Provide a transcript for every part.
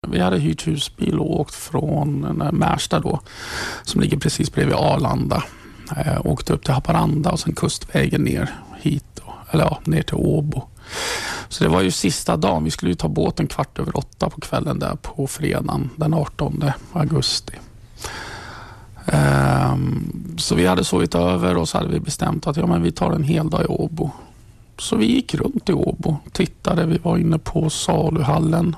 Vi hade hyrt husbil och åkt från Märsta då, som ligger precis bredvid Arlanda. Åkte upp till Haparanda och sen kustvägen ner hit då, ner till Åbo. Så det var ju sista dagen. Vi skulle ju ta båten 7:15 på kvällen där på fredagen den 18 augusti. Så vi hade sovit över och så hade vi bestämt att vi tar en hel dag i Åbo. Så vi gick runt i Åbo, tittade, vi var inne på saluhallen.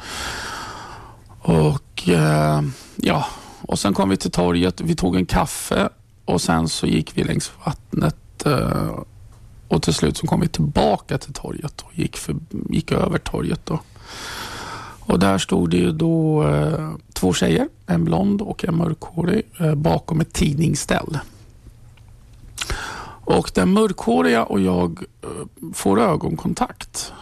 Och och sen kom vi till torget, vi tog en kaffe och sen så gick vi längs vattnet och till slut så kom vi tillbaka till torget och gick över torget då. Och där stod det ju då 2 tjejer, en blond och en mörkhårig, bakom ett tidningsställ. Och den mörkhåriga och jag får ögonkontakt.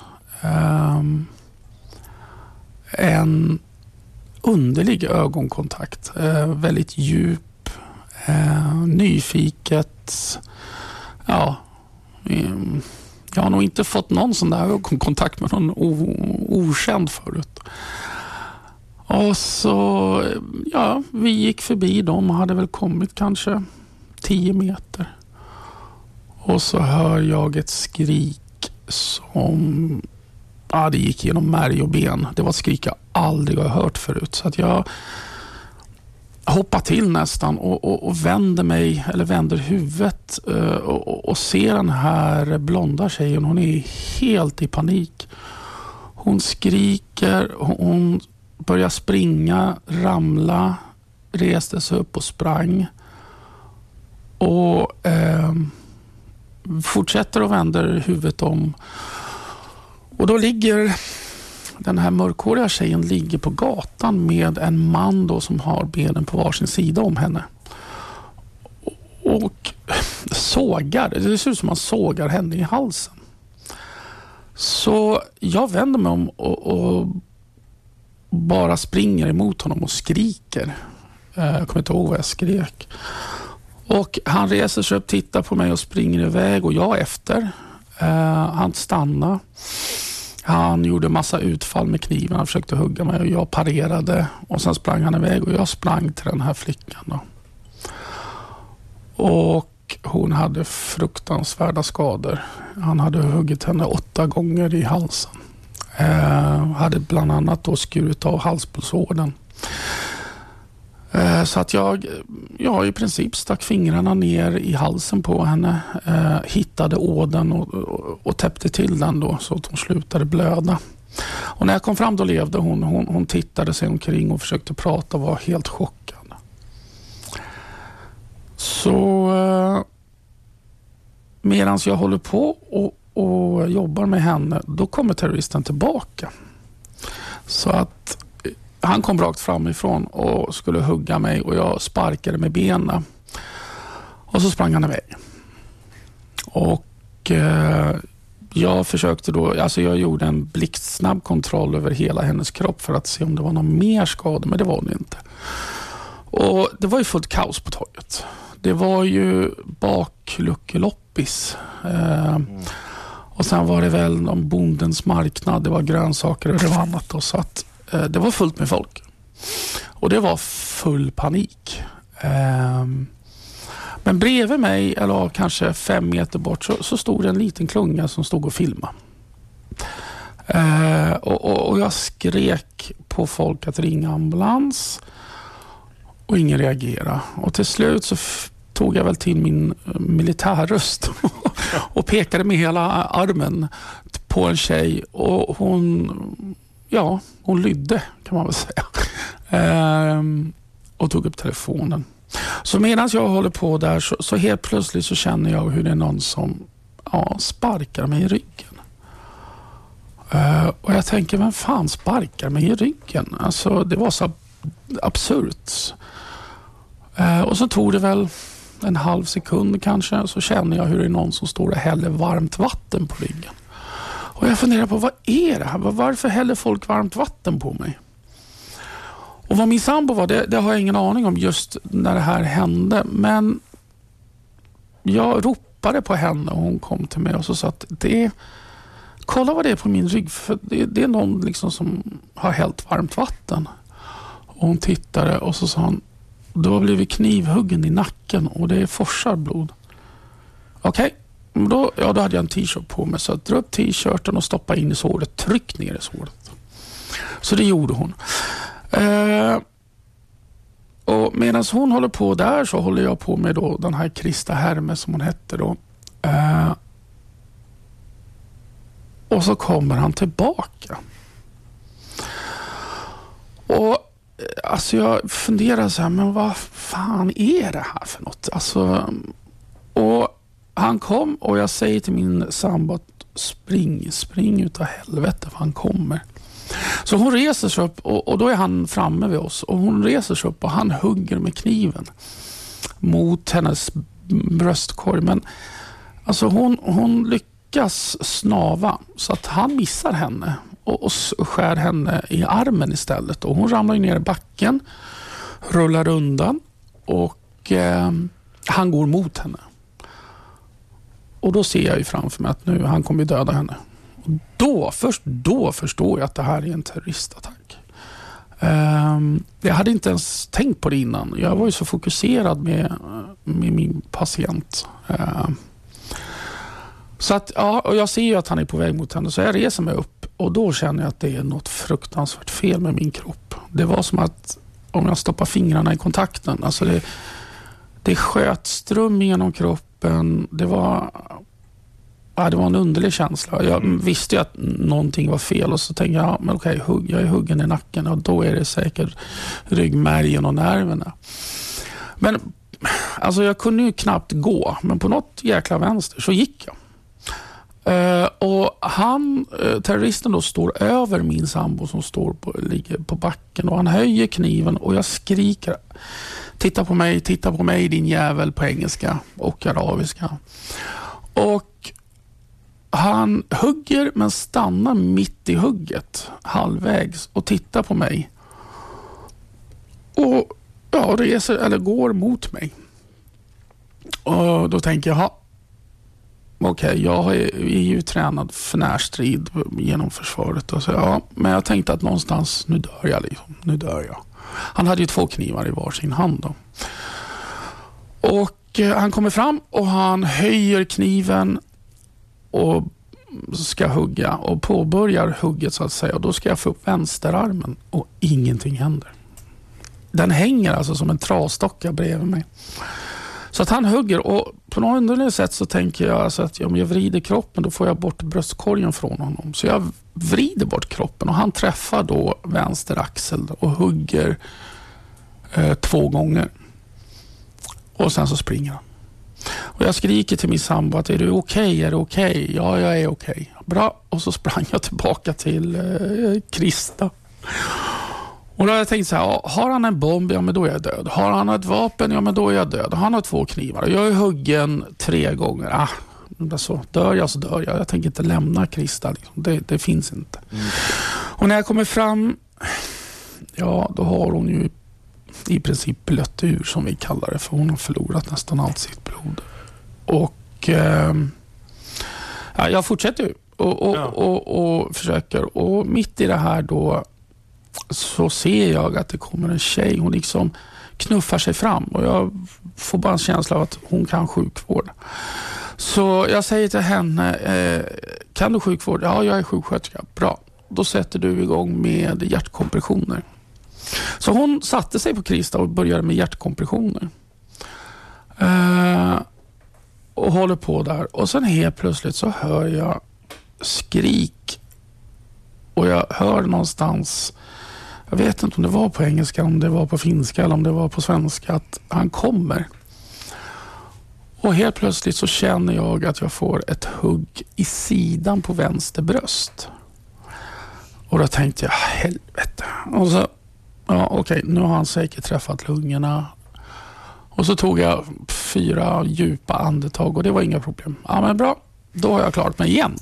En underlig ögonkontakt. Väldigt djup. Nyfiket. Ja. Jag har nog inte fått någon sån där ögonkontakt med någon okänd förut. Och så, vi gick förbi dem och hade väl kommit kanske 10 meter. Och så hör jag ett skrik som, det gick genom märg och ben. Det var ett skrik jag aldrig har hört förut. Så att jag hoppar till nästan och vänder huvudet och ser den här blonda tjejen. Hon är helt i panik. Hon skriker, hon börjar springa, ramla, reste sig upp och sprang. Och fortsätter och vänder huvudet om. Och då ligger den här mörkhåriga tjejen ligger på gatan med en man då som har benen på varsin sida om henne. Och sågar. Det ser ut som man sågar henne i halsen. Så jag vänder mig om och bara springer emot honom och skriker. Jag kommer inte ihåg vad jag skrek. Och han reser sig upp, tittar på mig och springer iväg och jag efter. Han stannar. Han gjorde massa utfall med kniven. Han försökte hugga mig och jag parerade. Och sen sprang han iväg och jag sprang till den här flickan då. Och hon hade fruktansvärda skador. Han hade huggit henne 8 gånger i halsen. Hade bland annat då skurit av halspulsådern. Så att jag i princip stack fingrarna ner i halsen på henne. Hittade ådern och täppte till den då så att hon slutade blöda. Och när jag kom fram då levde hon. Hon tittade sig omkring och försökte prata och var helt chockad. Så medan jag håller på och jobbar med henne, då kommer terroristen tillbaka. Så att han kom rakt framifrån och skulle hugga mig och jag sparkade med benen. Och så sprang han iväg. Och jag försökte då, jag gjorde en blixtsnabb kontroll över hela hennes kropp för att se om det var någon mer skada, men det var det inte. Och det var ju fullt kaos på torget. Det var ju bakluckeloppis. Och sen var det väl någon bondens marknad, det var grönsaker och det var annat då, så att det var fullt med folk. Och det var full panik. Men bredvid mig, eller kanske 5 meter bort, så stod det en liten klunga som stod och filmade. Och jag skrek på folk att ringa ambulans. Och ingen reagerade. Och till slut så tog jag väl till min militärröst och pekade med hela armen på en tjej. Och hon lydde, kan man väl säga. Och tog upp telefonen. Så medan jag håller på där så helt plötsligt så känner jag hur det är någon som sparkar mig i ryggen. Och jag tänker, vem fan sparkar mig i ryggen? Alltså det var så absurt. Och så tog det väl en halv sekund kanske, så känner jag hur det är någon som står och häller varmt vatten på ryggen. Och jag funderar på, vad är det här? Varför häller folk varmt vatten på mig? Och vad min sambo var, det har jag ingen aning om just när det här hände. Men jag ropade på henne och hon kom till mig och så sa att kolla vad det är på min rygg. För det är någon liksom som har hällt varmt vatten. Och hon tittade och så sa hon, du har blivit knivhuggen i nacken och det forsar blod. Okej. Då hade jag en t-shirt på mig, så jag drog upp t-shirten och stoppade in i såret, tryck ner i såret. Så det gjorde hon. Och medan hon håller på där så håller jag på med då den här Krista Herme som hon hette då. Och så kommer han tillbaka. Och alltså jag funderar så här, men vad fan är det här för något? Alltså, och han kom och jag säger till min sambo att spring utav helvete för han kommer. Så hon reser sig upp och då är han framme vid oss och hon reser sig upp och han hugger med kniven mot hennes bröstkorg. Men alltså hon lyckas snava så att han missar henne och skär henne i armen istället. Och hon ramlar ner i backen, rullar undan och han går mot henne. Och då ser jag ju framför mig att nu han kommer döda henne. Och först då förstår jag att det här är en terroristattack. Jag hade inte ens tänkt på det innan. Jag var ju så fokuserad med min patient. Så att, ja, och jag ser ju att han är på väg mot henne. Så jag reser mig upp och då känner jag att det är något fruktansvärt fel med min kropp. Det var som att om jag stoppar fingrarna i kontakten. Alltså det sköt ström genom kroppen. Det var en underlig känsla. Jag visste ju att någonting var fel och så tänkte jag, men okej, jag är huggen i nacken och då är det säkert ryggmärgen och nerverna. Men alltså jag kunde ju knappt gå, men på något jäkla vänster så gick jag. Och terroristen då står över min sambo som ligger på backen och han höjer kniven och jag skriker, titta på mig din jävel på engelska och arabiska. Och han hugger men stannar mitt i hugget halvvägs och tittar på mig. Och reser eller går mot mig. Och då tänker jag, okej, jag är ju tränad för närstrid genom försvaret. Och så, men jag tänkte att någonstans, nu dör jag. Han hade ju 2 knivar i varsin hand då. Och han kommer fram och han höjer kniven och ska hugga och påbörjar hugget så att säga. Och då ska jag få upp vänsterarmen och ingenting händer. Den hänger alltså som en trasdocka bredvid mig. Så att han hugger och på något underligt sätt så tänker jag alltså att om jag vrider kroppen då får jag bort bröstkorgen från honom. Så jag vrider bort kroppen och han träffar då vänster axel och hugger 2 gånger. Och sen så springer han. Och jag skriker till min sambo att är du okej? Är du okej? Ja, jag är okej. Bra. Och så sprang jag tillbaka till Krista. Och då har jag tänkt så här, har han en bomb? Ja, men då är jag död. Har han ett vapen? Ja, men då är jag död. Han har 2 knivar. Jag är huggen 3 gånger. Så dör jag så dör jag. Jag tänker inte lämna Krista. Liksom. Det finns inte. Och när jag kommer fram, då har hon ju i princip blött ur som vi kallar det. För hon har förlorat nästan allt sitt blod. Och jag fortsätter ju och försöker. Och mitt i det här då så ser jag att det kommer en tjej. Hon liksom knuffar sig fram och jag får bara en känsla av att hon kan sjukvård. Så jag säger till henne, kan du sjukvård? Ja, jag är sjuksköterska. Bra. Då sätter du igång med hjärtkompressioner. Så hon satte sig på Krista och började med hjärtkompressioner. Och håller på där. Och sen helt plötsligt så hör jag skrik. Och jag hör någonstans, jag vet inte om det var på engelska, om det var på finska eller om det var på svenska, att han kommer. Och helt plötsligt så känner jag att jag får ett hugg i sidan på vänster bröst. Och då tänkte jag, helvete. Och så, okej, nu har han säkert träffat lungorna. Och så tog jag 4 djupa andetag och det var inga problem. Ja, men bra, då har jag klarat mig igen.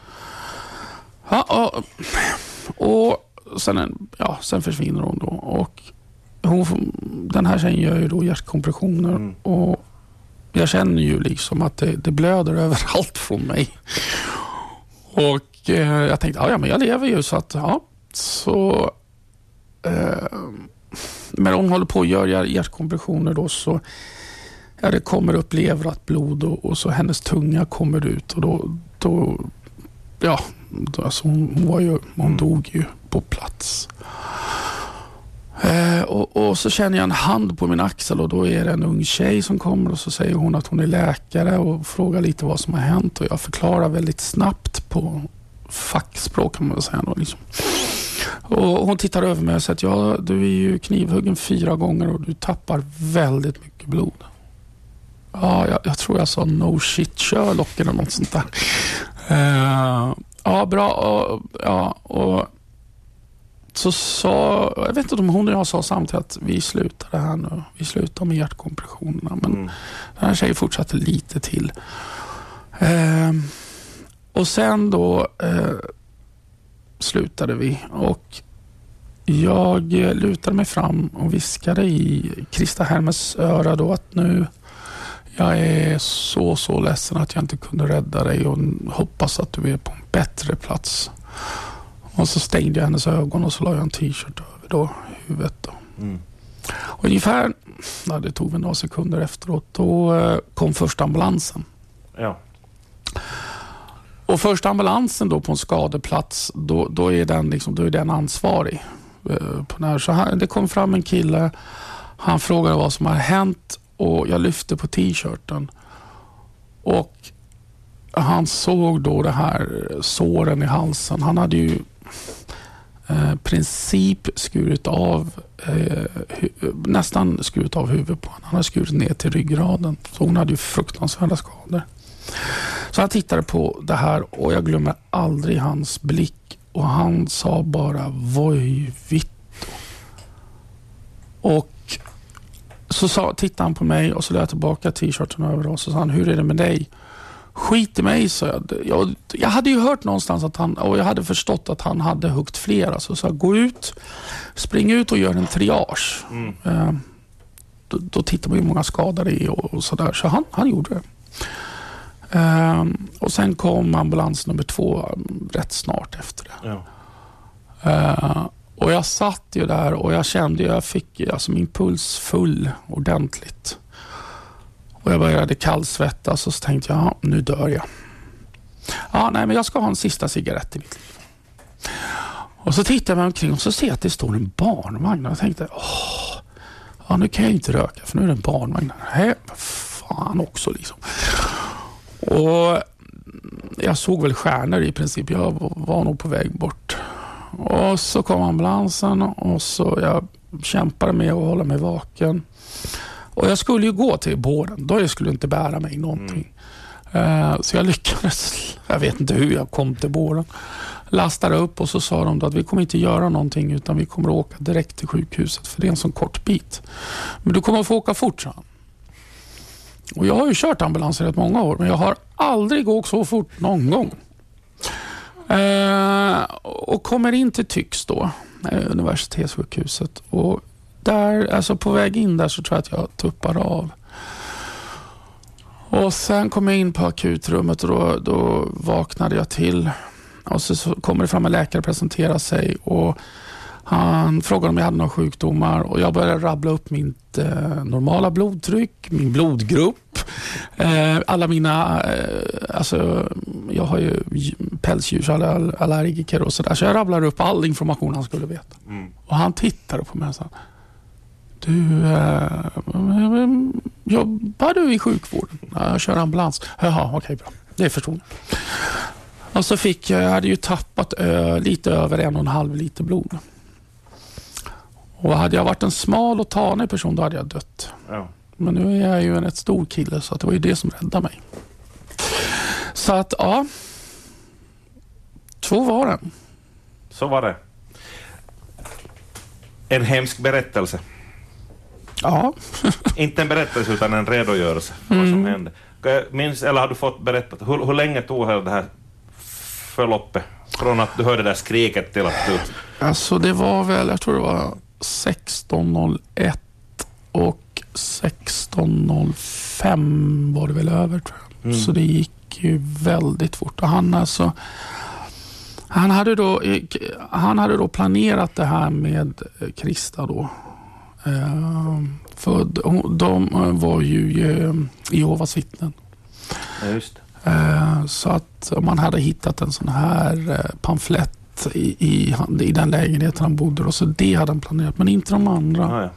Ja, och sen försvinner hon då. Och den här tjejen gör ju då hjärtkompressioner. Och jag känner ju liksom att det blöder överallt från mig. Och jag tänkte, ja men jag lever ju så att, ja. Så men hon håller på att göra hjärtkompressioner då, så det kommer upp leverat blod och så hennes tunga kommer ut och då alltså hon dog ju på plats. Och så känner jag en hand på min axel och då är det en ung tjej som kommer och så säger hon att hon är läkare och frågar lite vad som har hänt och jag förklarar väldigt snabbt på fackspråk kan man säga då, liksom. Och hon tittar över mig och säger att du är ju knivhuggen 4 gånger och du tappar väldigt mycket blod. Ja, jag tror jag sa no shit Sherlock eller något sånt där. Ja, bra. Och så sa, jag vet inte om hon och jag sa samtidigt att vi slutar det här nu. Vi slutar med hjärtkompressionerna. Men den här tjejen fortsatte lite till. Och sen då slutade vi och jag lutade mig fram och viskade i Krista Hermes öra då att nu jag är så ledsen att jag inte kunde rädda dig och hoppas att du är på en bättre plats. Och så stängde jag hennes ögon och så la jag en t-shirt över då huvudet då. Och ungefär, det tog väl några sekunder efteråt, då kom första ambulansen. Ja. Och första ambulansen då på en skadeplats, då är den ansvarig på den här. Så det kom fram en kille, han frågade vad som har hänt och jag lyfte på t-shirten och han såg då det här såren i halsen. Han hade ju princip skurit av nästan skurit av huvudet på honom. Han hade skurit ner till ryggraden. Så hon hade ju fruktansvärda skador. Så jag tittade på det här och jag glömmer aldrig hans blick och han sa bara voi vitto. Och så tittade han på mig och så lade jag tillbaka t-shirten över och så sa han, hur är det med dig? Skit i mig, så jag hade ju hört någonstans att och jag hade förstått att han hade huggt flera. Så jag gå ut, spring ut och gör en triage. Då tittar man hur många skadade är och sådär. Så han gjorde det. Och sen kom ambulans nummer 2 rätt snart efter det. Ja. Och jag satt ju där och jag kände jag fick alltså min puls full ordentligt. Och jag började kallsvettas och så tänkte jag, nu dör jag. Men jag ska ha en sista cigarett i mitt liv. Och så tittar jag mig omkring och så ser jag att det står en barnvagn. Och jag tänkte, nu kan jag inte röka för nu är det en barnvagn. Nej, fan också liksom. Och jag såg väl stjärnor i princip. Jag var nog på väg bort. Och så kom ambulansen och så jag kämpade med att hålla mig vaken. Och jag skulle ju gå till båren. Då jag skulle inte bära mig någonting. Så jag lyckades. Jag vet inte hur jag kom till båren. Lastade upp och så sa de att vi kommer inte göra någonting utan vi kommer åka direkt till sjukhuset. För det är en sån kort bit. Men du kommer att få åka fort, så. Och jag har ju kört ambulans i rätt många år. Men jag har aldrig åkt så fort någon gång. Och kommer in till Tyx då. Universitetssjukhuset. Och där, alltså på väg in där så tror jag att jag tuppar av. Och sen kom jag in på akutrummet och då vaknade jag till. Och så kommer det fram en läkare och presenterar sig och han frågade om jag hade några sjukdomar och jag började rabbla upp mitt normala blodtryck, min blodgrupp, alla mina, alltså jag har ju pälsdjursallergiker och sådär, så jag rabblade upp all information han skulle veta. Och han tittade på mig och sa, du, jobbar du i sjukvården? Jag kör ambulans. Jaha, okej, bra. Det förstod jag. Och så jag hade ju tappat lite över 1,5 liter blod. Och hade jag varit en smal och tanig person då hade jag dött. Ja. Men nu är jag ju en rätt stor kille så att det var ju det som räddade mig. Så att ja, 2 var det. Så var det. En hemsk berättelse. Ja. Inte en berättelse utan en redogörelse för vad som hände. Minns, eller har du fått berättat, hur länge tog det här förloppet från att du hörde det där skriket till att du... Alltså det var väl, jag tror det var 16:01 och 16:05 var det väl över, tror jag. Så det gick ju väldigt fort. Och han alltså, Han hade då planerat det här med Krista då. För de var ju Jehovas vittnen. Ja, just. Så att man hade hittat en sån här pamflett i den lägenheten han bodde då, så det hade han planerat, men inte de andra.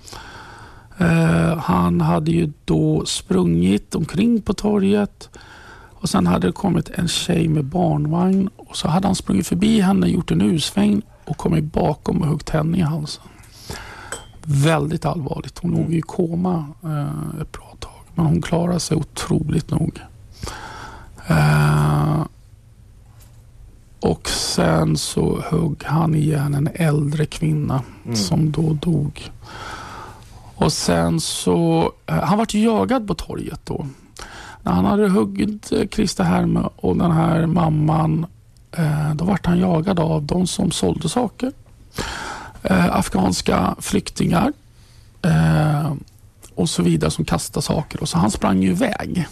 Han hade ju då sprungit omkring på torget och sen hade det kommit en tjej med barnvagn och så hade han sprungit förbi henne, gjort en U-sväng och kommit bakom och huggit henne i halsen. Väldigt allvarligt. Hon låg i koma ett bra tag, men hon klarade sig otroligt nog. Och sen så högg han igen en äldre kvinna som då dog. Och sen så han var jagad på torget då. När han hade huggit Krista Herme och den här mamman, då var han jagad av de som sålde saker. Afghanska flyktingar och så vidare som kastade saker. Och så han sprang ju iväg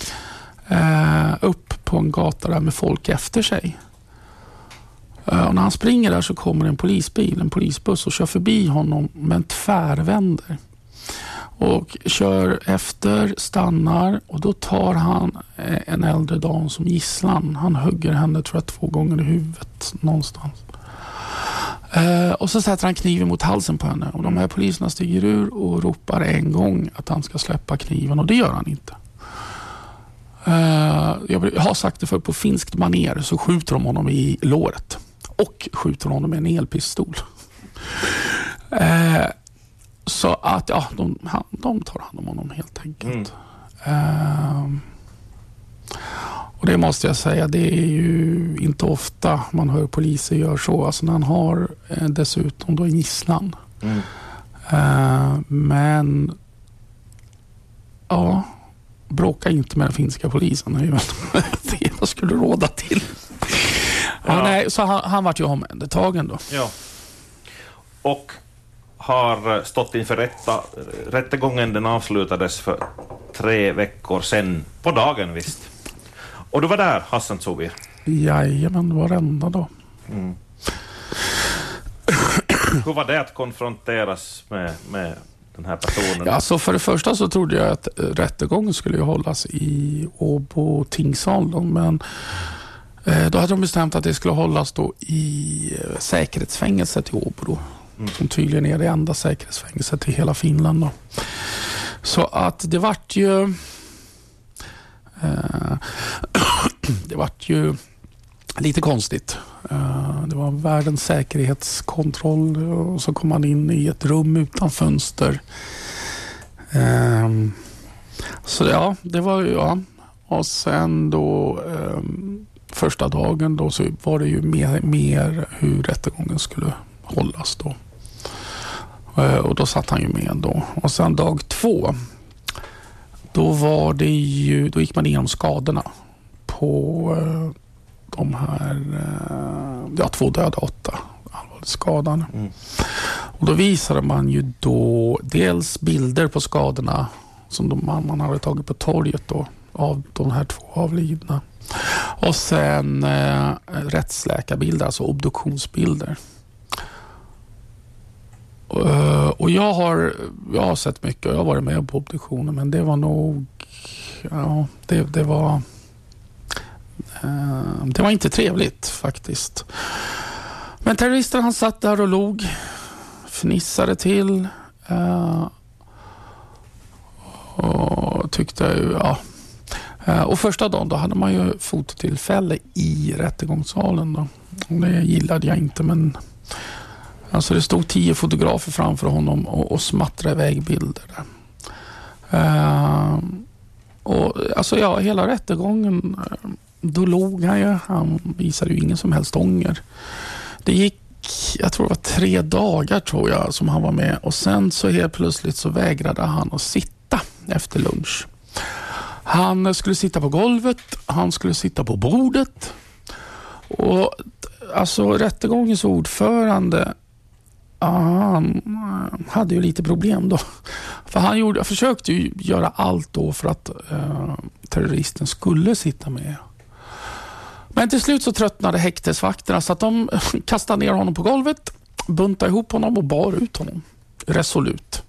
upp på en gata där med folk efter sig. Och när han springer där så kommer en polisbuss och kör förbi honom men tvärvänder. Och kör efter, stannar och då tar han en äldre dam som gisslan. Han hugger henne tror jag 2 gånger i huvudet någonstans. Och så sätter han kniven mot halsen på henne och de här poliserna stiger ur och ropar en gång att han ska släppa kniven och det gör han inte. Jag har sagt det för på finskt maner så skjuter de honom i låret och skjuter honom med en elpistol. Så att ja, de tar hand om honom helt enkelt. Och det måste jag säga, det är ju inte ofta man hör poliser gör så. Alltså när han har dessutom då en gisslan. Men ja, bråka inte med den finska polisen. Det är väl det jag skulle råda till. Ja. Nej, så han vart ju omhändertagen då. Ja. Och har stått inför rättegången. Den avslutades för 3 veckor sedan på dagen visst. Och du var där, Hassan Zubir? Jajamän, varenda dag. Hur var det att konfronteras med den här personen? Ja, så för det första så trodde jag att rättegången skulle ju hållas i Åbo tingssal då, men då hade de bestämt att det skulle hållas då i säkerhetsfängelset i Åbo då. Som tydligen är det enda säkerhetsfängelset i hela Finland då. Så att det vart ju lite konstigt. Det var världens säkerhetskontroll och så kom man in i ett rum utan fönster. Så ja, det var ju ja. Och sen då första dagen då så var det ju mer hur rättegången skulle hållas då. Och då satt han ju med då. Och sen dag 2 då gick man igenom skadorna på de här 2 döda, 8 allvarligt skadade. Och då visade man ju då dels bilder på skadorna som man hade tagit på torget då av de här 2 avlidna. Och sen rättsläkarbilder, alltså obduktionsbilder. Och jag har sett mycket och jag har varit med på obduktioner, men det var nog det var inte trevligt faktiskt. Men terroristen han satt där och log, fnissade till och tyckte och första dagen då hade man ju fototillfälle i rättegångssalen då. Och det gillade jag inte, men alltså det stod 10 fotografer framför honom och smattrade iväg bilder där. Och alltså hela rättegången då låg han ju. Han visade ju ingen som helst ånger. Det gick, jag tror det var 3 dagar tror jag som han var med. Och sen så helt plötsligt så vägrade han att sitta efter lunch. Han skulle sitta på golvet. Han skulle sitta på bordet. Och alltså rättegångens ordförande han hade ju lite problem då. För han försökte ju göra allt då för att terroristen skulle sitta med. Men till slut så tröttnade häktesvakterna så att de kastade ner honom på golvet, buntade ihop honom och bar ut honom resolut.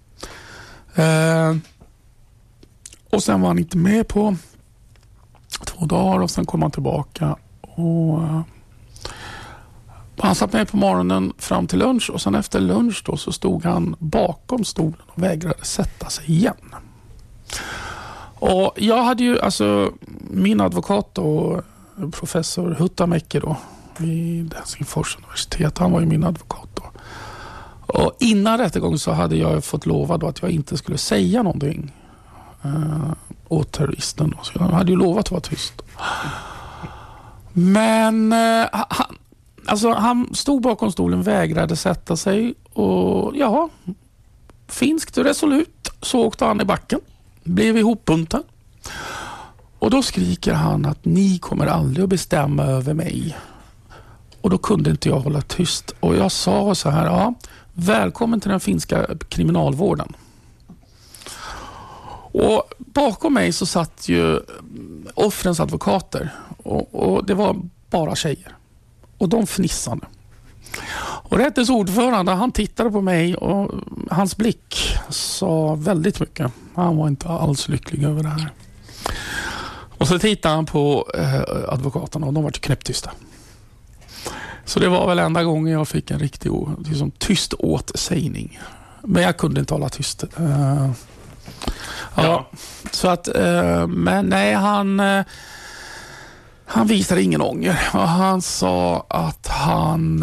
Och sen var han inte med på 2 dagar och sen kom han tillbaka och han satt med på morgonen fram till lunch och sen efter lunch då så stod han bakom stolen och vägrade sätta sig igen. Och jag hade ju, alltså min advokat och professor Huttamäki då vid Helsingfors universitet, han var ju min advokat då. Och innan rättegången så hade jag fått lova då att jag inte skulle säga någonting åt terroristen. Så jag hade ju lovat att vara tyst. Men han stod bakom stolen, vägrade sätta sig och ja, finskt resolut så åkte han i backen, blev ihopbuntad. Och då skriker han att ni kommer aldrig att bestämma över mig. Och då kunde inte jag hålla tyst. Och jag sa så här, ja, välkommen till den finska kriminalvården. Och bakom mig så satt ju offrens advokater. Och det var bara tjejer. Och de fnissade. Och rättens ordförande, han tittade på mig och hans blick sa väldigt mycket. Han var inte alls lycklig över det här. Och så tittade han på advokaterna och de var knäpptysta. Så det var väl enda gången jag fick en riktig liksom, tyst åtsägning. Men jag kunde inte hålla tyst. Ja. Så att, men nej, han visade ingen ånger. Och han sa att han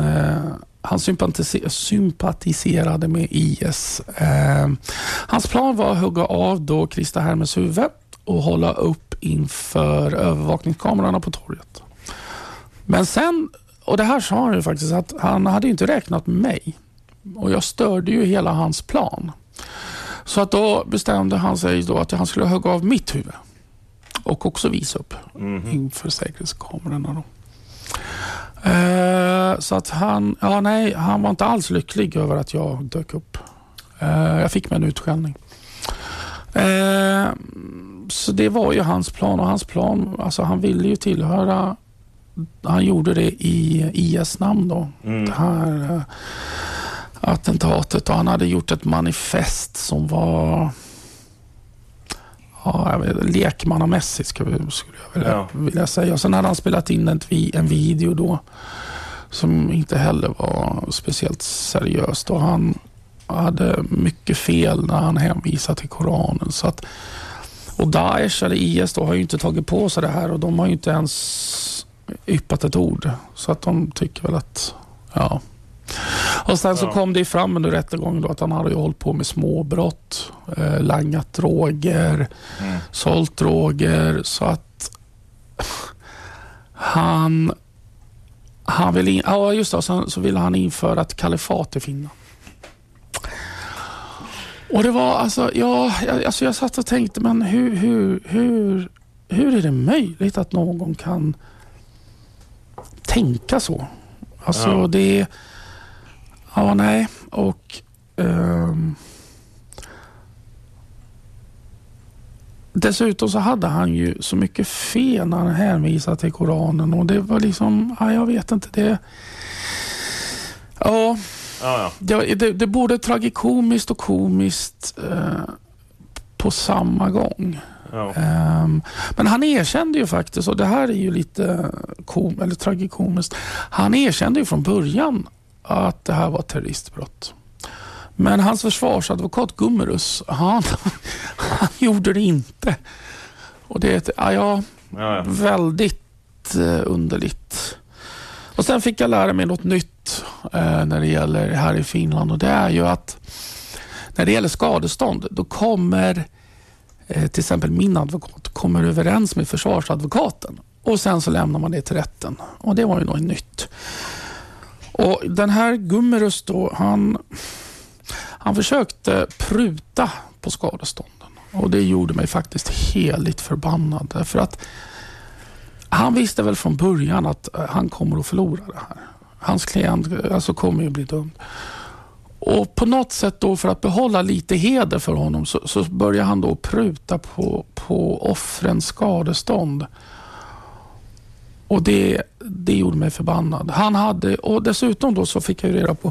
sympatiserade med IS. Hans plan var att hugga av då Krista Hermes huvud och hålla upp inför övervakningskamerorna på torget. Men sen, och det här sa han ju faktiskt, att han hade inte räknat med mig. Och jag störde ju hela hans plan. Så att då bestämde han sig då att han skulle hugga av mitt huvud. Och också visa upp inför säkerhetskamerorna då. Så att han var inte alls lycklig över att jag dök upp. Jag fick mig en utskällning. Så det var ju hans plan, och hans plan, alltså han ville ju tillhöra, han gjorde det i IS namn då. Det här attentatet, och han hade gjort ett manifest som var lekmannamässigt skulle jag vilja säga. Och sen hade han spelat in en video då som inte heller var speciellt seriöst, och han hade mycket fel när han hänvisade till Koranen. Så att, och Daesh eller IS då har ju inte tagit på sig det här, och de har ju inte ens yppat ett ord. Så att de tycker väl att, ja. Och sen så kom det fram under rättegången då att han hade ju hållit på med småbrott, langat droger, sålt droger, så att han ville så ville han införa ett kalifat i Finland. Och det var alltså, jag satt och tänkte, men hur är det möjligt att någon kan tänka så? Alltså det, nej, och dessutom så hade han ju så mycket fel när han hänvisade till Koranen, och det var liksom, jag vet inte, det det både tragikomiskt och komiskt på samma gång. Men han erkände ju faktiskt, och det här är ju lite tragikomiskt, han erkände ju från början att det här var terroristbrott. Men hans försvarsadvokat Gummerus, han gjorde det inte. Och det är väldigt underligt. Och sen fick jag lära mig något nytt när det gäller här i Finland, och det är ju att när det gäller skadestånd, då kommer till exempel min advokat kommer överens med försvarsadvokaten, och sen så lämnar man det till rätten. Och det var ju något nytt. Och den här Gummerus då, han försökte pruta på skadestånden, och det gjorde mig faktiskt heligt förbannad, för att han visste väl från början att han kommer att förlora det här. Hans klient alltså kommer ju bli dömd. Och på något sätt då, för att behålla lite heder för honom, så börjar han då pruta på offrens skadestånd. Och det gjorde mig förbannad. Han hade, och dessutom då så fick jag ju reda på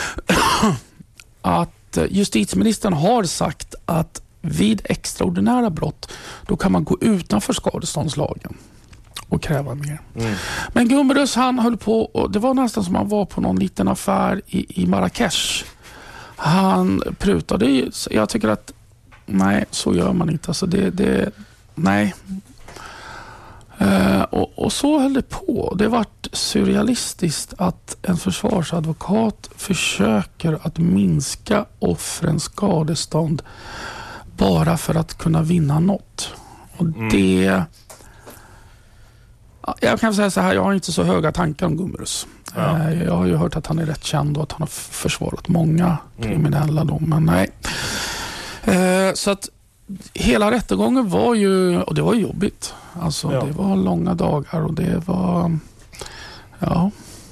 att justitieministern har sagt att vid extraordinära brott då kan man gå utanför skadeståndslagen och kräva mer. Men Gummerus, han höll på, och det var nästan som han var på någon liten affär i Marrakesh. Han prutade. Jag tycker att nej, så gör man inte. Alltså nej. Och så höll det på. Det var surrealistiskt att en försvarsadvokat försöker att minska offrens skadestånd bara för att kunna vinna något. Och det... Jag kan säga så här, jag har inte så höga tankar om Gummerus. Ja. Jag har ju hört att han är rätt känd och att han har försvarat många kriminella då, men nej. Så att hela rättegången var ju, och det var jobbigt. Alltså det var långa dagar och det var, ja.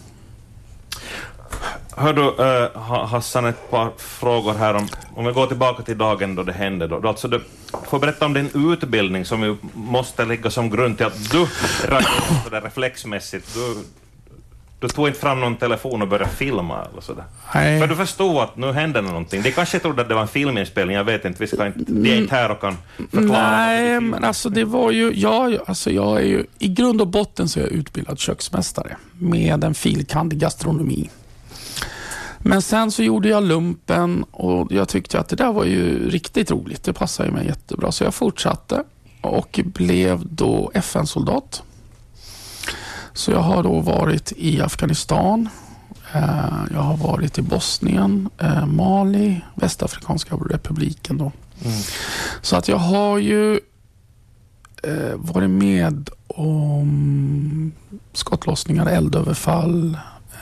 Hör du, Hassan, ett par frågor här om vi går tillbaka till dagen då det hände. Då. Alltså du får berätta om din utbildning som ju måste ligga som grund till att du reagerade sådär reflexmässigt. Du tog inte fram någon telefon och började filma eller sådär. Nej. För du förstod att nu hände någonting. De kanske trodde att det var en filminspelning, jag vet inte. Vi är inte här och kan förklara. Nej, men alltså det var ju... jag är ju i grund och botten så är jag utbildad köksmästare med en filkand i gastronomi. Men sen så gjorde jag lumpen och jag tyckte att det där var ju riktigt roligt. Det passade mig jättebra. Så jag fortsatte och blev då FN-soldat. Så jag har då varit i Afghanistan. Jag har varit i Bosnien, Mali, Västafrikanska republiken då. Så att jag har ju varit med om skottlossningar, eldöverfall,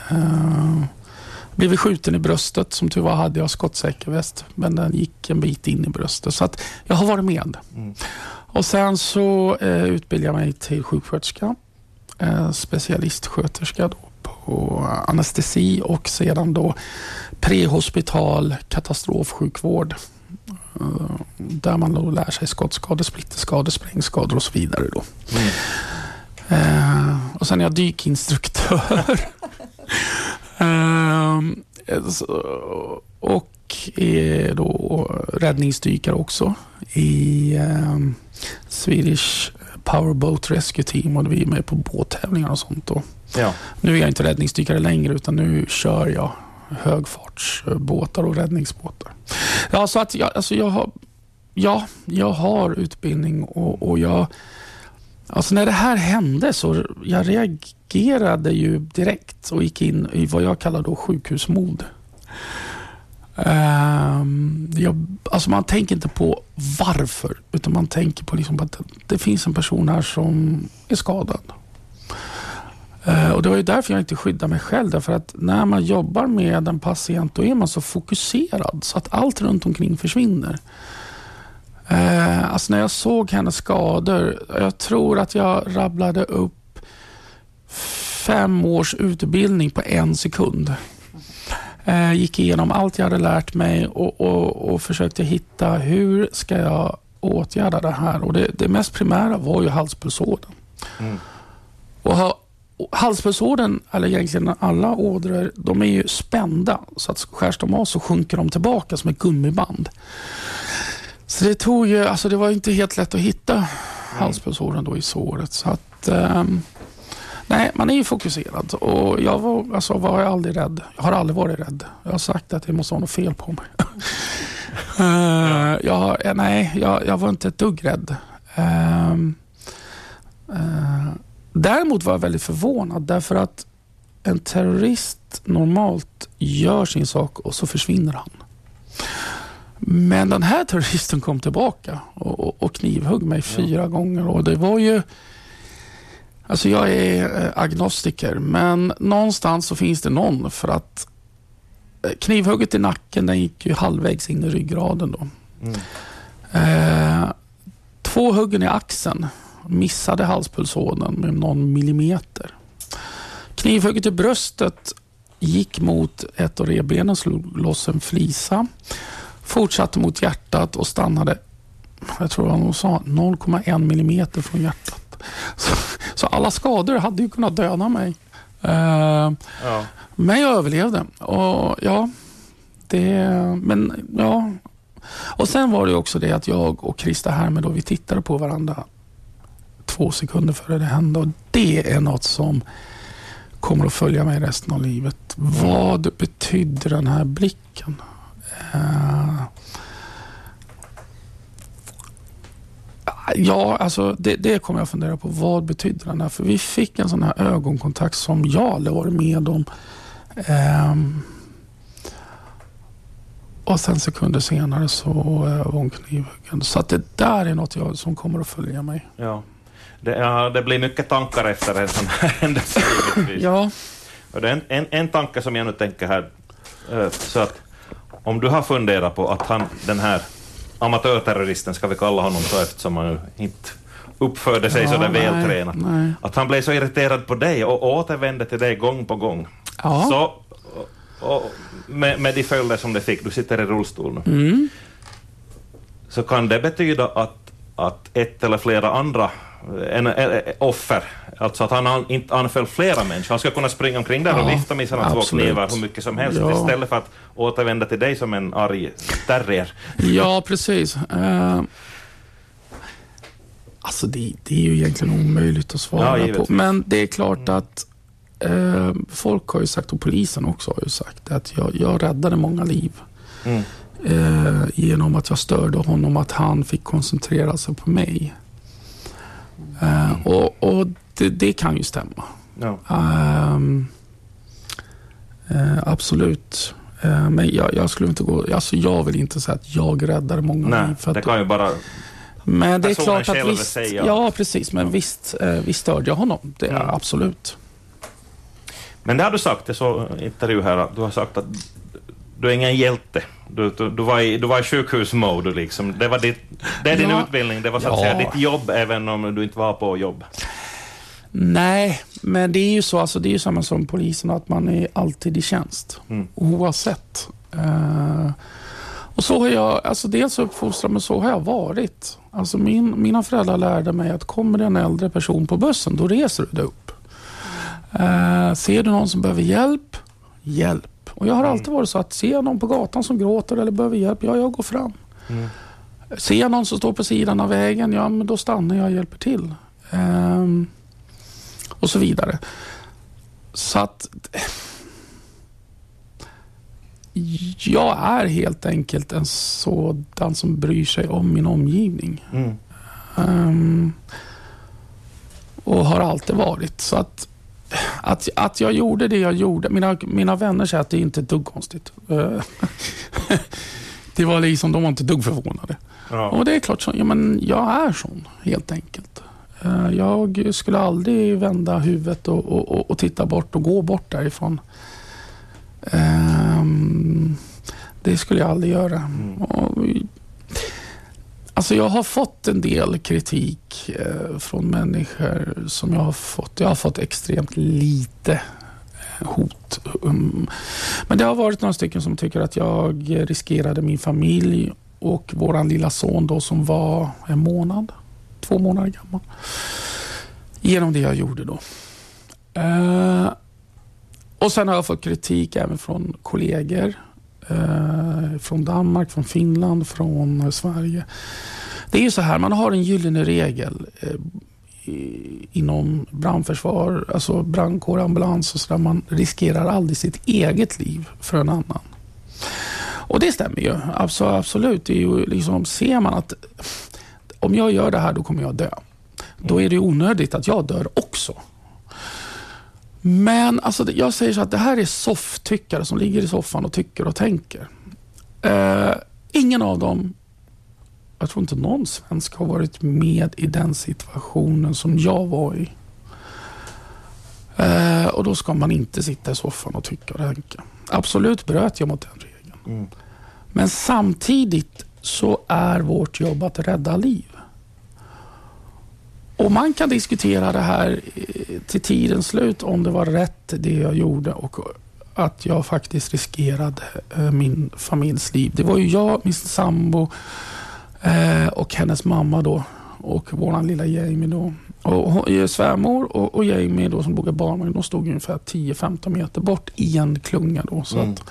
blev skjuten i bröstet. Som tur var hade jag skottsäker väst, men den gick en bit in i bröstet. Så att jag har varit med. Och sen så utbildade jag mig till sjuksköterska, specialistsköterska då på anestesi och sedan då prehospital katastrofsjukvård där man då lär sig skottskador, splitterskador, sprängskador och så vidare då. Och sen är jag dykinstruktör. Och är då räddningsdykare också i Swedish Powerboat Rescue Team, och vi är med på båttävlingar och sånt då. Ja. Nu är jag inte räddningsdykare längre utan nu kör jag högfartsbåtar och räddningsbåtar. Ja, så att jag har utbildning och jag, alltså när det här hände så jag reagerade ju direkt och gick in i vad jag kallar då sjukhusmod. Alltså man tänker inte på varför, utan man tänker på liksom att det finns en person här som är skadad. Och det var ju därför jag inte skyddar mig själv, därför att när man jobbar med en patient då är man så fokuserad så att allt runt omkring försvinner. Alltså när jag såg hennes skador, jag tror att jag rabblade upp 5 års utbildning på 1 sekund. Gick igenom allt jag hade lärt mig och försökte hitta hur ska jag åtgärda det här. Och det mest primära var ju halspulsådern. Och halspulsådern, eller egentligen alla ådror, de är ju spända. Så att skärs de av så sjunker de tillbaka som ett gummiband. Så det tog ju, alltså det var inte helt lätt att hitta halspulsådern då i såret. Så att... nej, man är ju fokuserad och jag var aldrig rädd. Jag har aldrig varit rädd. Jag har sagt att det måste vara något fel på mig. Jag var inte ett dugg rädd. Däremot var jag väldigt förvånad därför att en terrorist normalt gör sin sak och så försvinner han. Men den här terroristen kom tillbaka och knivhugg mig 4 gånger och det var ju... Alltså jag är agnostiker, men någonstans så finns det någon, för att knivhugget i nacken, den gick ju halvvägs in i ryggraden då. 2 huggen i axeln missade halspulsådern med någon millimeter. Knivhugget i bröstet gick mot ett av revbenen, slog loss en flisa, fortsatte mot hjärtat och stannade, jag tror han sa 0,1 millimeter från hjärtat. Så alla skador hade ju kunnat döda mig. Men jag överlevde. Och och sen var det också det att jag och Krista Herme då, vi tittade på varandra 2 sekunder före det hände, och det är något som kommer att följa mig resten av livet. Vad betydde den här blicken? Alltså det kommer jag fundera på. Vad betydde den här? För vi fick en sån här ögonkontakt som jag aldrig varit med om. Och sen sekunder senare så var hon knivhuggen. Så att det där är något som kommer att följa mig. Ja. Det blir mycket tankar efter en sån här händelse. Ja. Och det är en tanke som jag nu tänker här. Så att om du har funderat på att den här amatörterroristen, ska vi kalla honom så eftersom han inte uppförde sig så där vältränat. Att han blev så irriterad på dig och återvände till dig gång på gång. Ja. Så, och med de följder som det fick, du sitter i rullstol nu. Så kan det betyda att ett eller flera andra offer, alltså att han inte anföll flera människor. Han ska kunna springa omkring där och vifta med sina 2 knivar hur mycket som helst istället för att återvända till dig som en arg terrier. Ja, precis. Alltså det är ju egentligen omöjligt att svara på. Men det är klart att folk har ju sagt, och polisen också har ju sagt, att jag räddade många liv. Genom att jag störde honom, att han fick koncentrera sig på mig. Och det kan ju stämma. Absolut. Men jag skulle inte gå, alltså jag vill inte säga att jag räddade många liv. För det kan ju bara. Men det är klart att visst, ja precis, men visst störde jag honom. Det är absolut. Men det har du sagt i så intervju här, du har sagt att du är ingen hjälte. Du var i sjukhusmode liksom. Det är din utbildning, det var så att säga ditt jobb även om du inte var på jobb. Nej, men det är ju så, alltså det är ju samma som polisen, att man är alltid i tjänst. Oavsett. Och så har jag, alltså dels uppfostrad, men så har jag varit. Alltså mina föräldrar lärde mig att kommer det en äldre person på bussen, då reser du dig upp. Ser du någon som behöver hjälp? Och jag har alltid varit så att ser jag någon på gatan som gråter eller behöver hjälp, jag går fram. Ser jag någon som står på sidan av vägen, men då stannar jag och hjälper till. Och så vidare. Så att jag är helt enkelt en sådan som bryr sig om min omgivning. Och har alltid varit. Så att jag gjorde det jag gjorde. Mina vänner säger att det inte är dugg konstigt. Det var liksom, de var inte dugg förvånade. Och det är klart så, men jag är sån helt enkelt. Jag skulle aldrig vända huvudet och titta bort och gå bort därifrån. Det skulle jag aldrig göra. Alltså jag har fått en del kritik från människor som jag har fått extremt lite hot. Men det har varit några stycken som tycker att jag riskerade min familj och våran lilla son då, som var 2 månader gammal, genom det jag gjorde då. Och sen har jag fått kritik även från kollegor från Danmark, från Finland, från Sverige. Det är ju så här, man har en gyllene regel inom brandförsvar, alltså brandkår, ambulans och så där. Man riskerar aldrig sitt eget liv för en annan. Och det stämmer ju. Alltså, absolut. Det är ju liksom, ser man att om jag gör det här, då kommer jag dö. Då är det onödigt att jag dör också. Men alltså, jag säger så att det här är sofftyckare som ligger i soffan och tycker och tänker. Ingen av dem, jag tror inte någon svensk har varit med i den situationen som jag var i. Och då ska man inte sitta i soffan och tycka och tänka. Absolut bröt jag mot den regeln. Men samtidigt så är vårt jobb att rädda liv. Och man kan diskutera det här till tidens slut, om det var rätt det jag gjorde och att jag faktiskt riskerade min familjs liv. Det var ju jag, min sambo och hennes mamma då och våran lilla Jamie då. Och svärmor och Jamie då som bor i barnvagn, de stod ungefär 10-15 meter bort i en klunga då. Så att,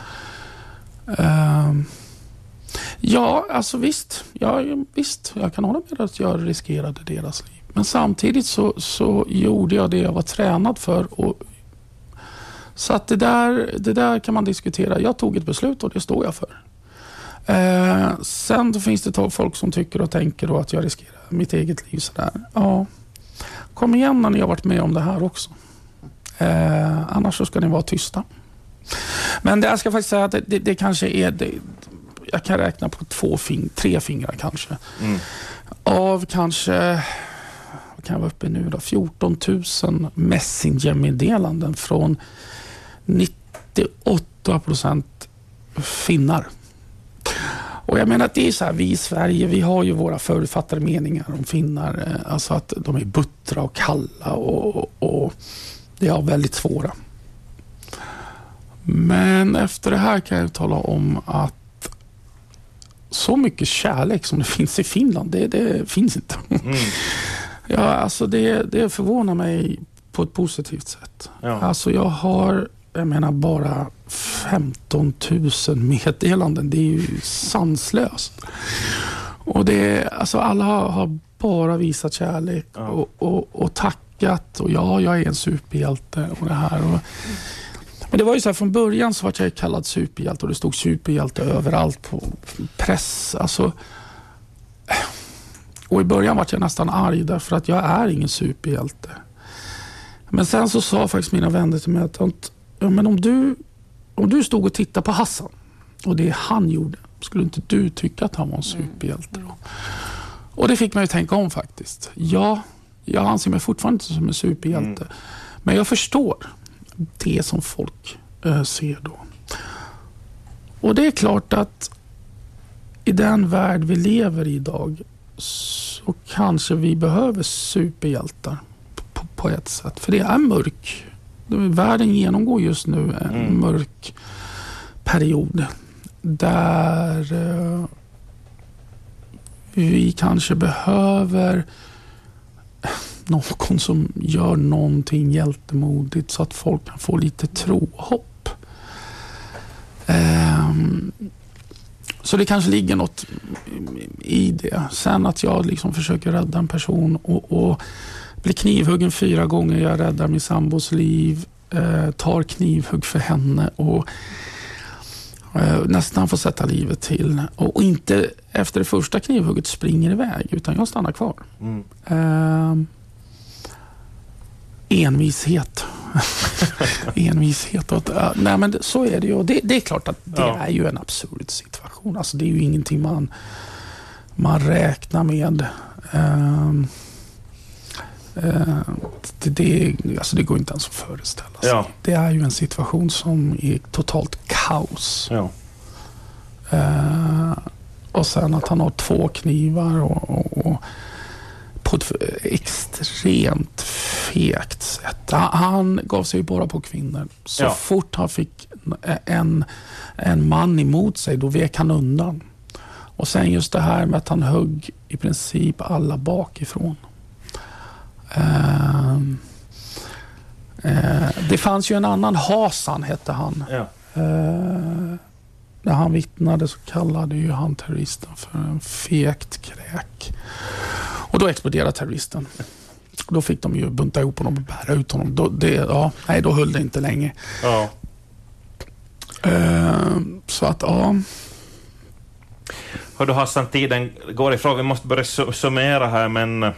ja, alltså visst. Jag kan hålla med att jag riskerade deras liv. Men samtidigt så gjorde jag det jag var tränad för. Och, så att det där kan man diskutera. Jag tog ett beslut och det står jag för. Sen så finns det folk som tycker och tänker då att jag riskerar mitt eget liv sådär. Ja, kom igen när ni har varit med om det här också. Annars så ska ni vara tysta. Men det jag ska faktiskt säga att det kanske är det, jag kan räkna på 3 fingrar kanske. Av kanske, vad kan jag vara uppe nu då, 14 000 messengermeddelanden från 98% finnar. Och jag menar att det är så här, vi i Sverige, vi har ju våra förutfattade meningar om finnar. Alltså att de är buttra och kalla och det är väldigt svåra. Men efter det här kan jag tala om att så mycket kärlek som det finns i Finland, det finns inte. Ja, alltså det förvånar mig på ett positivt sätt. Ja. Alltså jag menar bara 15 000 meddelanden. Det är ju sanslöst. Och alltså alla har bara visat kärlek och tackat. Och jag är en superhjälte och det här. Men det var ju så här, från början så var jag kallad superhjälte och det stod superhjälte överallt på press. Alltså, och i början var jag nästan arg därför att jag är ingen superhjälte. Men sen så sa faktiskt mina vänner till mig att men om du stod och tittade på Hassan och det han gjorde, skulle inte du tycka att han var en superhjälte då? Och det fick mig att tänka om faktiskt. Ja, jag anser mig fortfarande inte som en superhjälte. Men jag förstår det som folk ser då. Och det är klart att i den värld vi lever i idag så kanske vi behöver superhjältar på ett sätt. För det är mörk. Världen genomgår just nu en mörk period där vi kanske behöver någon som gör någonting hjältemodigt så att folk kan få lite tro och hopp. Så det kanske ligger något i det. Sen att jag liksom försöker rädda en person och blir knivhuggen 4 gånger. Jag räddar min sambos liv, tar knivhugg för henne och nästan får sätta livet till. Och inte efter det första knivhugget springer iväg utan jag stannar kvar. Envishet. Envishet. Nej, men så är det ju. Det är klart att det är ju en absurd situation. Alltså, det är ju ingenting man räknar med. Det går inte ens att föreställa sig. Det är ju en situation som är totalt kaos. Och sen att han har 2 knivar och på ett extremt fegt sätt. Han gav sig bara på kvinnor. Så fort han fick en man emot sig, då vek han undan. Och sen just det här med att han högg i princip alla bakifrån. Det fanns ju en annan, Hasan hette han. När han vittnade så kallade ju han terroristen för en fegt kräk. Och då exploderade terroristen. Då fick de ju bunta ihop honom och bära ut honom. Då höll det inte länge. Så att, Hör du Hassan, tiden går ifrån. Vi måste börja summera här, men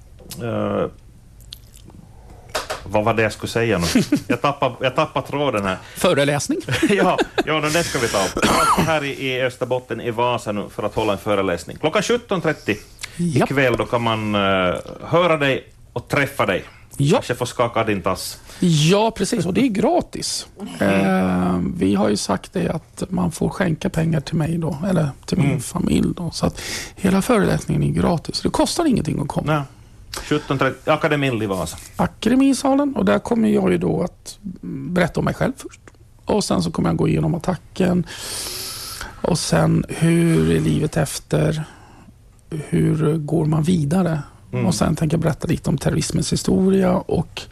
vad var det jag skulle säga nu? Jag tappar tråden här. Föreläsning? ja, det ska vi ta upp. Här i Österbotten i Vasa nu för att hålla en föreläsning. Klockan 17.30 ikväll, då kan man höra dig och träffa dig. Kanske få skaka din tass. Ja, precis. Och det är gratis. Vi har ju sagt det att man får skänka pengar till mig då, eller till min familj då. Så att hela föreläsningen är gratis. Det kostar ingenting att komma. Nej. 17.30, Akademin i Vasa. Akademisalen, och där kommer jag ju då att berätta om mig själv först. Och sen så kommer jag gå igenom attacken. Och sen hur är livet efter? Hur går man vidare? Och sen tänker jag berätta lite om terrorismens historia och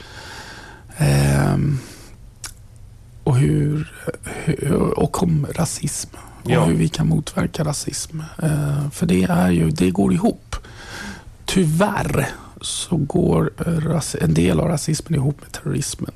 om rasism. Och hur vi kan motverka rasism. För det går ihop. Tyvärr så går en del av rasismen ihop med terrorismen.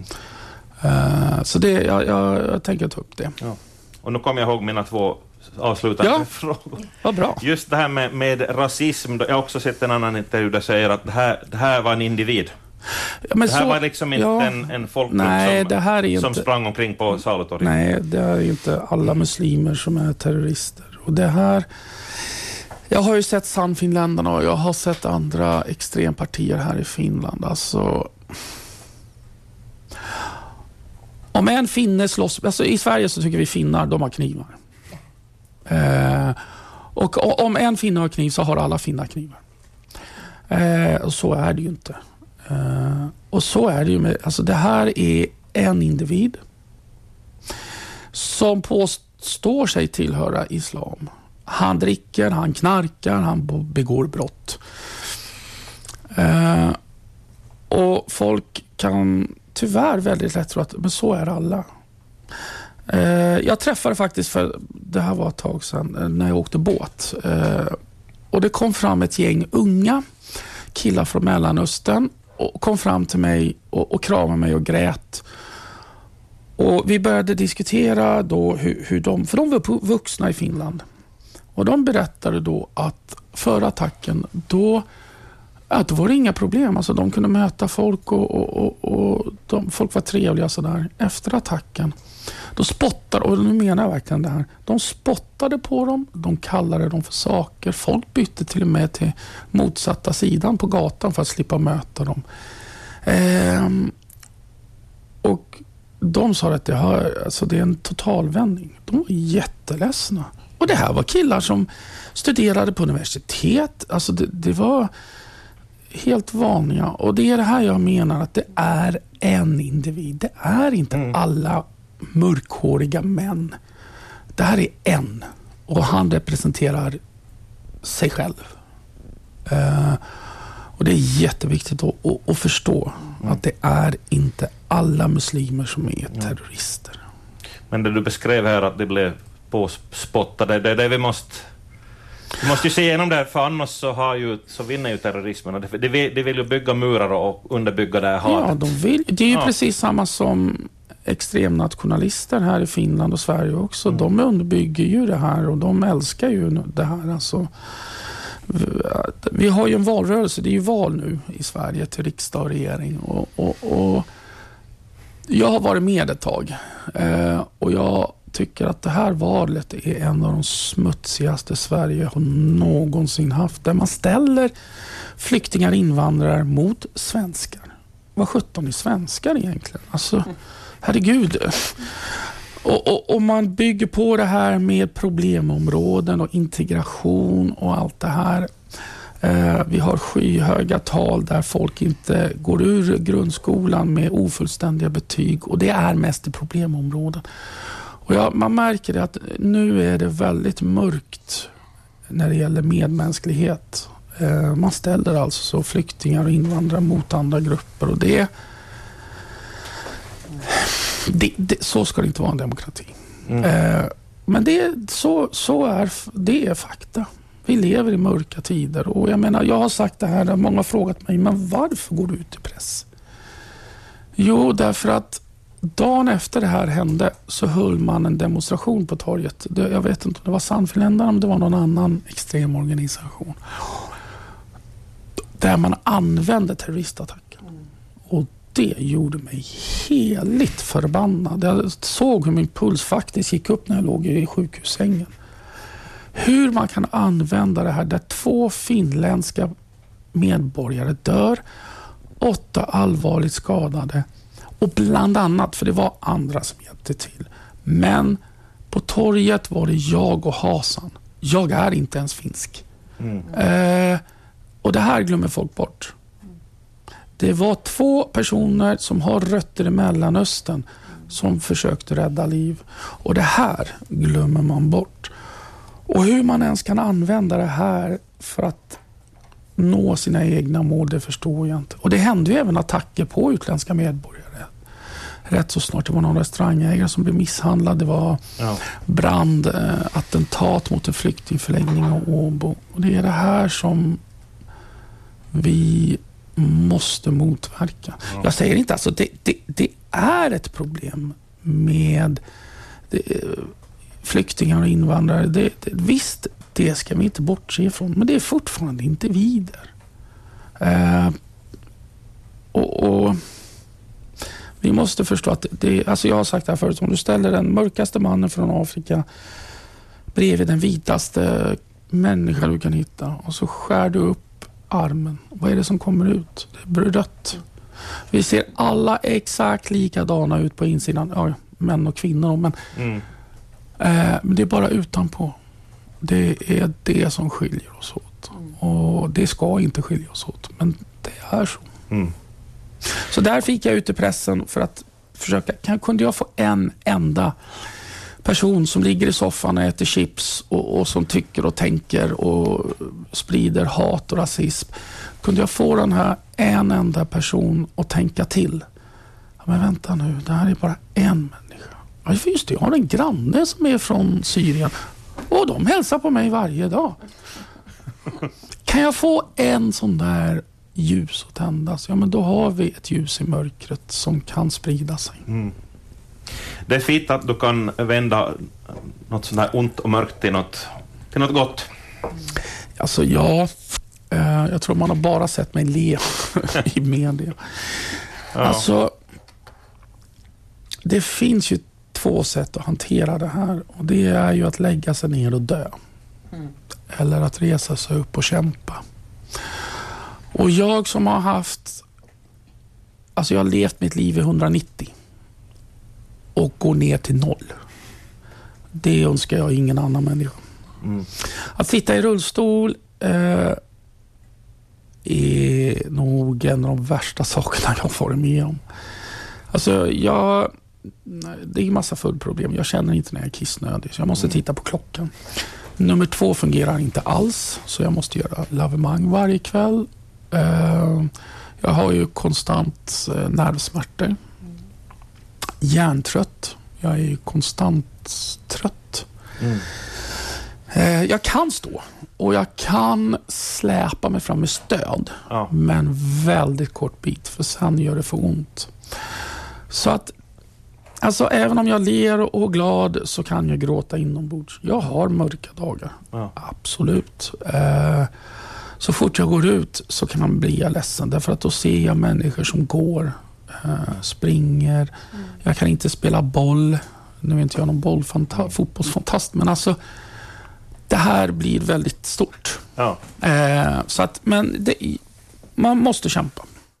Så jag tänker ta upp det. Ja. Och nu kommer jag ihåg mina 2 avslutande frågor. Vad bra. Just det här med rasism. Jag har också sett en annan intervju där säger att det här var en individ. Ja, men det här var liksom inte en folkgrupp som sprang omkring på Salutorget. Nej, det är inte alla muslimer som är terrorister. Och det här... Jag har ju sett Sannfinländarna och jag har sett andra extrempartier här i Finland. Alltså... Om en finne slåss... Alltså i Sverige så tycker vi finnar, de har knivar. Och om en finne har kniv så har alla finnar knivar. Och så är det ju inte. Och så är det ju med... Alltså det här är en individ som påstår sig tillhöra islam. Han dricker, han knarkar, han begår brott. Och folk kan tyvärr väldigt lätt tro att men så är alla. Jag träffade faktiskt, för det här var ett tag sedan, när jag åkte båt. Och det kom fram ett gäng unga killar från Mellanöstern och kom fram till mig och kramade mig och grät. Och vi började diskutera då hur för de var vuxna i Finland. Och de berättade då att före attacken då var det inga problem. Alltså de kunde möta folk och folk var trevliga sådär. Efter attacken då spottade, och nu menar jag verkligen det här, de spottade på dem, de kallade dem för saker. Folk bytte till och med till motsatta sidan på gatan för att slippa möta dem. Och de sa att det är en totalvändning. De var jätteledsna. Och det här var killar som studerade på universitet. Alltså det var helt vanliga. Och det är det här jag menar, att det är en individ. Det är inte alla mörkhåriga män. Det här är en. Och han representerar sig själv. Och det är jätteviktigt att förstå att det är inte alla muslimer som är terrorister. Men det du beskrev här, att det blev påspottade, det vi måste ju se igenom det här, för annars så vinner ju terrorismen. De vill ju bygga murar och underbygga det här hatet. Ja, det är ju precis samma som extremnationalister här i Finland och Sverige också. De underbygger ju det här och de älskar ju det här. Alltså, vi har ju en valrörelse, det är ju val nu i Sverige till riksdag och regering. Och jag har varit med ett tag och jag tycker att det här valet är en av de smutsigaste Sverige har någonsin haft. Där man ställer flyktingar, invandrare mot svenskar. Vad 17 är svenskar egentligen? Alltså, herregud. Och man bygger på det här med problemområden och integration och allt det här. Vi har skyhöga tal där folk inte går ur grundskolan med ofullständiga betyg. Och det är mest i problemområden. Och man märker det att nu är det väldigt mörkt när det gäller medmänsklighet. Man ställer alltså så flyktingar och invandrare mot andra grupper. Och så ska det inte vara en demokrati. Men det är fakta. Vi lever i mörka tider. Och jag menar, jag har sagt det här, många har frågat mig, men varför går du ut i press? Jo, därför att dagen efter det här hände så höll man en demonstration på torget. Jag vet inte om det var Sannfinländarna, om det var någon annan extrem organisation. Där man använde terroristattacken. Och det gjorde mig heligt förbannad. Jag såg hur min puls faktiskt gick upp när jag låg i sjukhussängen. Hur man kan använda det här där 2 finländska medborgare dör, 8 allvarligt skadade. Och bland annat, för det var andra som hjälpte till. Men på torget var det jag och Hasan. Jag är inte ens finsk. Och det här glömmer folk bort. Det var 2 personer som har rötter i Mellanöstern som försökte rädda liv. Och det här glömmer man bort. Och hur man ens kan använda det här för att nå sina egna mål, det förstår jag inte. Och det hände ju även attacker på utländska medborgare. Rätt så snart. Det var någon restaurangägare som blev misshandlad. Det var brand, attentat mot en flyktingförläggning i Åbo. Och det är det här som vi måste motverka. Jag säger inte, alltså det är ett problem med flyktingar och invandrare. Visst, det ska vi inte bortse ifrån, men det är fortfarande individer. Och vi måste förstå att alltså jag har sagt det här förut, om du ställer den mörkaste mannen från Afrika bredvid den vitaste människa du kan hitta och så skär du upp armen. Vad är det som kommer ut? Det är rött. Vi ser alla exakt likadana ut på insidan. Ja, män och kvinnor. Men det är bara utanpå. Det är det som skiljer oss åt. Och det ska inte skilja oss åt. Men det är så. Så där fick jag ut i pressen för att försöka. Kunde jag få en enda person som ligger i soffan och äter chips och som tycker och tänker och sprider hat och rasism. Kunde jag få den här en enda person att tänka till? Ja, men vänta nu, det här är bara en människa. Ja, just det, jag har en granne som är från Syrien och de hälsar på mig varje dag. Kan jag få en sån där ljus att tändas? Ja, men då har vi ett ljus i mörkret som kan sprida sig. Det är fint att du kan vända något sånt här ont och mörkt till något gott. Alltså jag tror man har bara sett mig le i media. Ja. Alltså, det finns ju 2 sätt att hantera det här. Och det är ju att lägga sig ner och dö. Eller att resa sig upp och kämpa. Och jag som har haft... Alltså jag har levt mitt liv i 190. Och går ner till 0. Det önskar jag ingen annan människa. Att sitta i rullstol är nog en av de värsta sakerna jag får med om. Alltså det är en massa följdproblem. Jag känner inte när jag är kissnödig, så jag måste titta på klockan. Nummer 2 fungerar inte alls, så jag måste göra lavemang varje kväll. Jag har ju konstant nervsmärtor. Hjärntrött. Jag är ju konstant trött. Jag kan stå och jag kan släpa mig fram med stöd, men väldigt kort bit, för sen gör det för ont. Så att alltså, även om jag ler och är glad så kan jag gråta inombords. Jag har mörka dagar, absolut. Så fort jag går ut så kan man bli ledsen, därför att då ser jag människor som går, springer. Jag kan inte spela boll. Nu är inte jag någon fotbollsfantast, men alltså det här blir väldigt stort. Så att, men man måste kämpa.